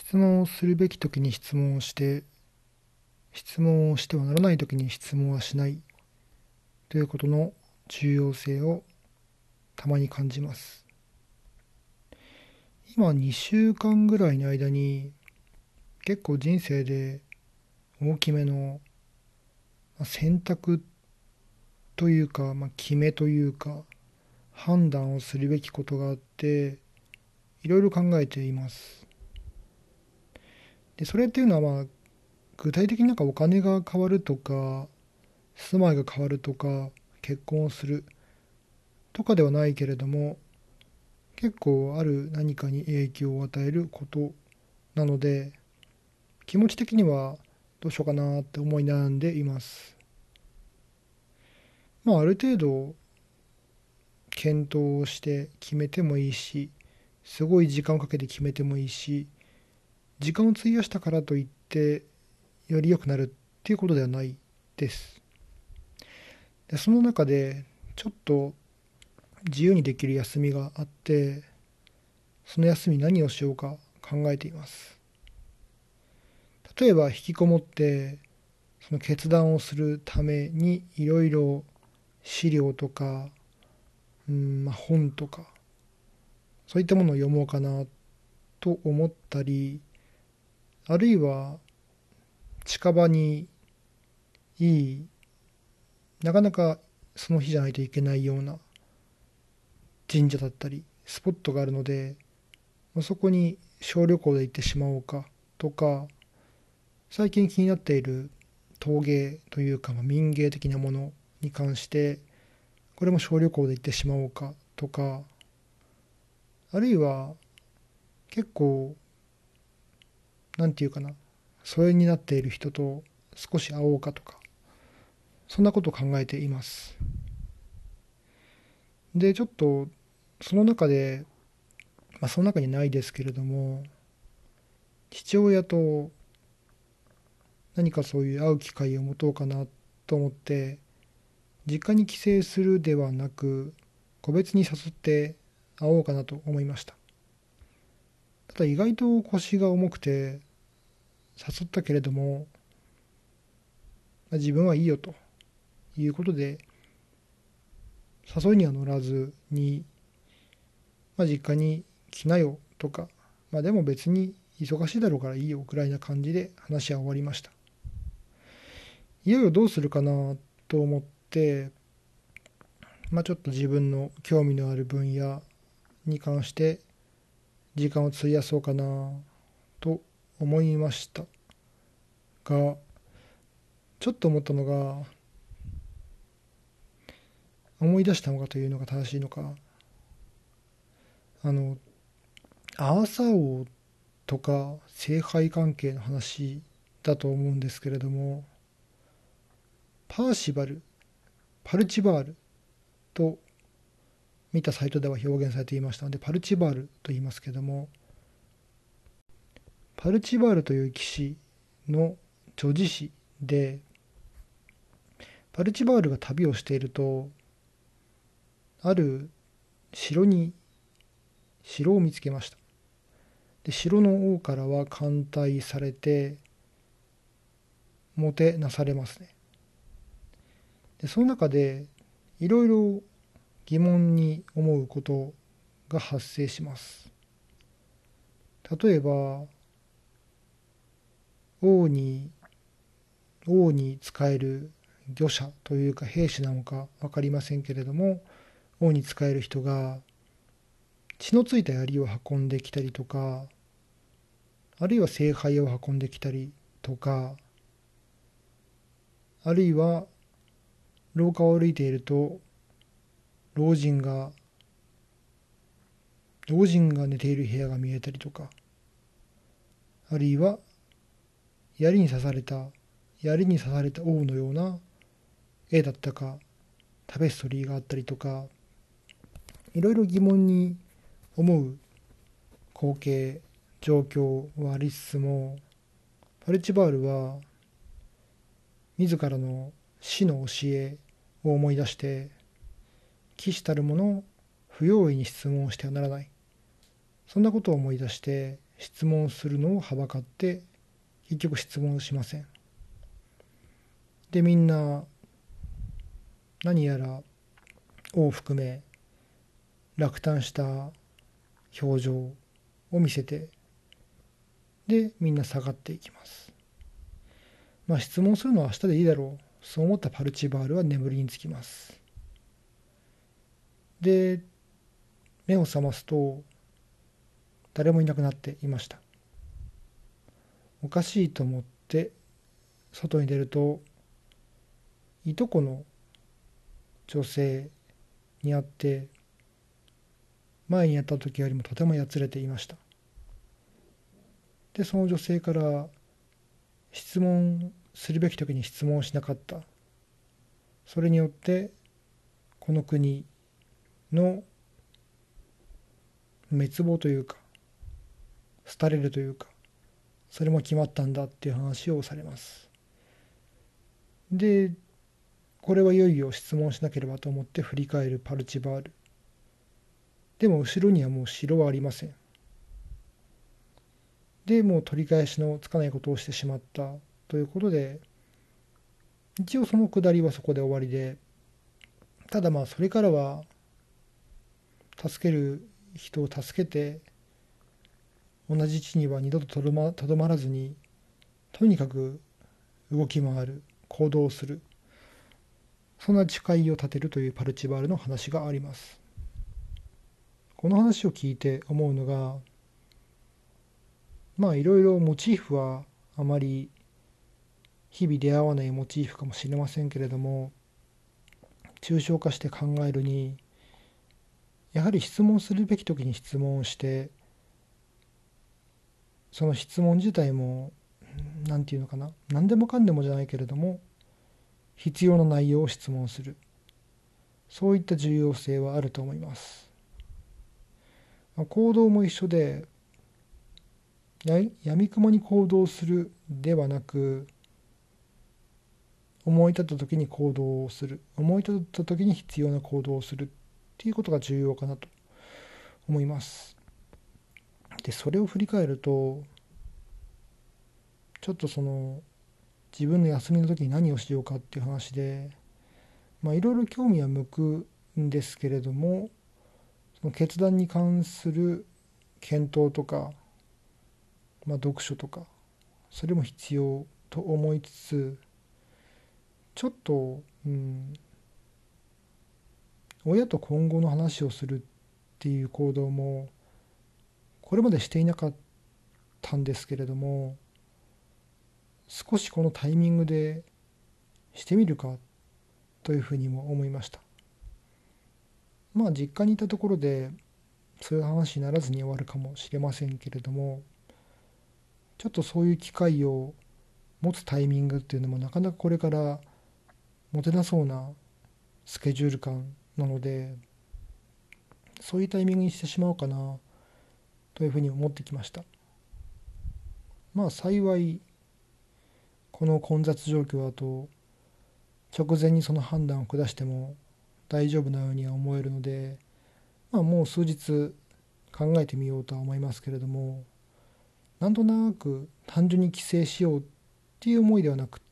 質問をするべき時に質問をして、質問をしてはならない時に質問はしないということの重要性をたまに感じます。今2週間ぐらいの間に結構人生で大きめの選択というか、決めというか判断をするべきことがあって、いろいろ考えています。で、それっていうのは具体的にお金が変わるとか、住まいが変わるとか、結婚をするとかではないけれども、結構ある何かに影響を与えることなので、気持ち的にはどうしようかなって思い悩んでいます。ある程度検討をして決めてもいいし、すごい時間をかけて決めてもいいし、時間を費やしたからといってより良くなるっていうことではないです。で、その中でちょっと自由にできる休みがあって、その休み何をしようか考えています。例えば引きこもってその決断をするためにいろいろ資料とか、本とかそういったものを読もうかなと思ったり、あるいは近場にいい、なかなかその日じゃないといけないような神社だったりスポットがあるので、そこに小旅行で行ってしまおうかとか、最近気になっている陶芸というか、民芸的なものに関してこれも小旅行で行ってしまおうかとか、あるいは結構なんていうかな、疎遠になっている人と少し会おうかとか、そんなことを考えています。で、ちょっとその中で、その中にないですけれども、父親と何かそういう会う機会を持とうかなと思って、実家に帰省するではなく個別に誘って会おうかなと思いました。ただ意外と腰が重くて、誘ったけれども、自分はいいよということで誘いには乗らずに、実家に来なよとか、でも別に忙しいだろうからいいよくらいな感じで話は終わりました。いよいよどうするかなと思って、ちょっと自分の興味のある分野に関して時間を費やそうかなと思いましたが、ちょっと思ったのが、思い出したのかというのが正しいのか、あのアーサー王とか聖杯関係の話だと思うんですけれども、パーシバル、パルチバールと見たサイトでは表現されていましたので、パルチバールと言いますけれども、パルチバールという騎士の叙事詩で、パルチバールが旅をしていると、ある城を見つけました。で、城の王からは歓待されてもてなされますね。で、その中でいろいろ疑問に思うことが発生します。例えば、王に仕える御者というか兵士なのか分かりませんけれども、王に仕える人が血のついた槍を運んできたりとか、あるいは聖杯を運んできたりとか、あるいは廊下を歩いていると老人が寝ている部屋が見えたりとか、あるいは槍に刺された王のような絵だったかタペストリーがあったりとか、いろいろ疑問に思う光景状況はありつつも、パルチバールは自らの死の教えを思い出して、騎士たるもの不用意に質問をしてはならない、そんなことを思い出して質問するのをはばかって結局質問しません。でみんな何やらを含め落胆した表情を見せて、でみんな下がっていきます。質問するのは明日でいいだろう、そう思ったパルチバールは眠りにつきます。で目を覚ますと誰もいなくなっていました。おかしいと思って外に出ると、いとこの女性に会って、前にやった時よりもとてもやつれていました。でその女性から、質問するべき時に質問をしなかった、それによってこの国の滅亡というか廃れるというか、それも決まったんだっていう話をされます。でこれはいよいよ質問しなければと思って振り返るパルチバール。でも後ろにはもう城はありません。でもう取り返しのつかないことをしてしまったということで、一応そのくだりはそこで終わりで、ただそれからは助ける人を助けて、同じ地には二度ととどまらずに、とにかく動き回る、行動する、そんな誓いを立てるというパルチバールの話があります。この話を聞いて思うのが、いろいろモチーフはあまり日々出会わないモチーフかもしれませんけれども、抽象化して考えるに、やはり質問するべき時に質問をして、その質問自体も何て言うのかな、何でもかんでもじゃないけれども必要な内容を質問する、そういった重要性はあると思います。行動も一緒で、やみくもに行動するではなく、思い立った時に行動をする、思い立った時に必要な行動をするっていうことが重要かなと思います。でそれを振り返ると、ちょっと自分の休みの時に何をしようかっていう話で、いろいろ興味は向くんですけれども、その決断に関する検討とか、読書とか、それも必要と思いつつ、ちょっと、親と今後の話をするっていう行動もこれまでしていなかったんですけれども、少しこのタイミングでしてみるかというふうにも思いました。実家にいたところでそういう話にならずに終わるかもしれませんけれども、ちょっとそういう機会を持つタイミングっていうのもなかなかこれから持てなそうなスケジュール感なので、そういうタイミングにしてしまおうかなというふうに思ってきました。幸いこの混雑状況だと直前にその判断を下しても大丈夫なようには思えるので、もう数日考えてみようとは思いますけれども、なんとなく単純に帰省しようっていう思いではなくって、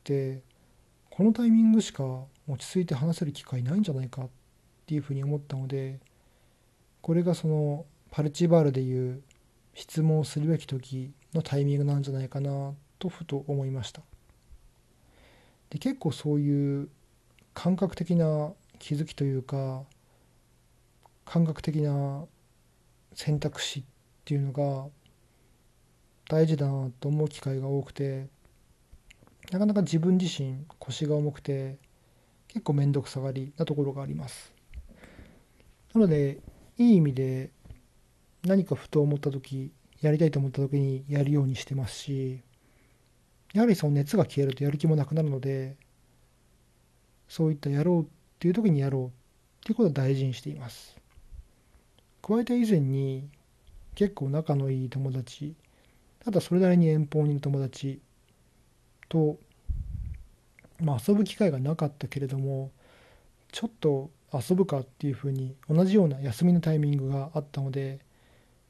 このタイミングしか落ち着いて話せる機会ないんじゃないかっていうふうに思ったので、これがそのパルチバールでいう質問をするべき時のタイミングなんじゃないかなとふと思いました。で結構そういう感覚的な気づきというか、感覚的な選択肢っていうのが大事だなと思う機会が多くて、なかなか自分自身腰が重くて結構面倒くさがりなところがあります。なのでいい意味で何かふと思った時、やりたいと思った時にやるようにしてますし、やはりその熱が消えるとやる気もなくなるので、そういったやろうっていう時にやろうっていうことを大事にしています。加えて以前に結構仲のいい友達、ただそれなりに遠方にいる友達と、遊ぶ機会がなかったけれども、ちょっと遊ぶかっていうふうに同じような休みのタイミングがあったので、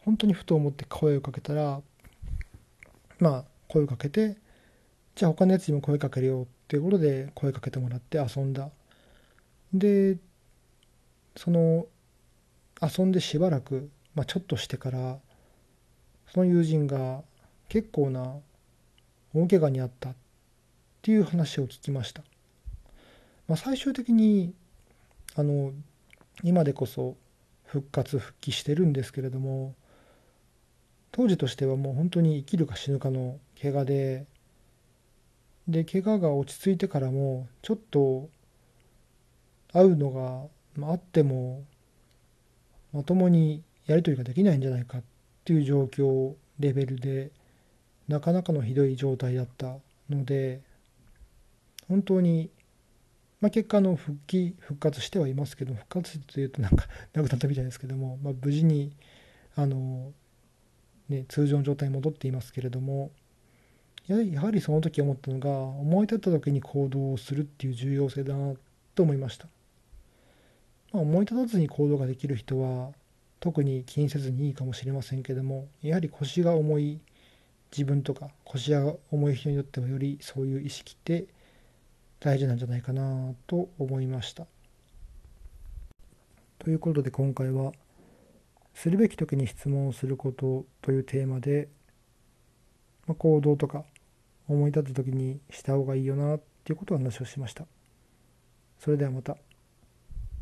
本当にふと思って声をかけたら、声をかけて、じゃあ他のやつにも声かけるよっていうことで声かけてもらって遊んだ。で、その遊んでしばらく、ちょっとしてから、その友人が結構な大怪我にあったっていう話を聞きました。最終的にあの今でこそ復帰してるんですけれども、当時としてはもう本当に生きるか死ぬかの怪我で怪我が落ち着いてからもちょっと会うのが、あってもまともにやり取りができないんじゃないかっていう状況レベルで、なかなかのひどい状態だったので、本当に、結果復活してはいますけど、復活というとなんかなくなったみたいですけども、無事にあの、通常の状態に戻っていますけれども、やはりその時思ったのが、思い立った時に行動をするっていう重要性だなと思いました。思い立たずに行動ができる人は特に気にせずにいいかもしれませんけども、やはり腰が重い自分とか腰が重い人にとってはよりそういう意識って大事なんじゃないかなと思いました。ということで今回はするべき時に質問をすることというテーマで、行動とか思い立った時にした方がいいよなっていうことを話をしました。それではまた。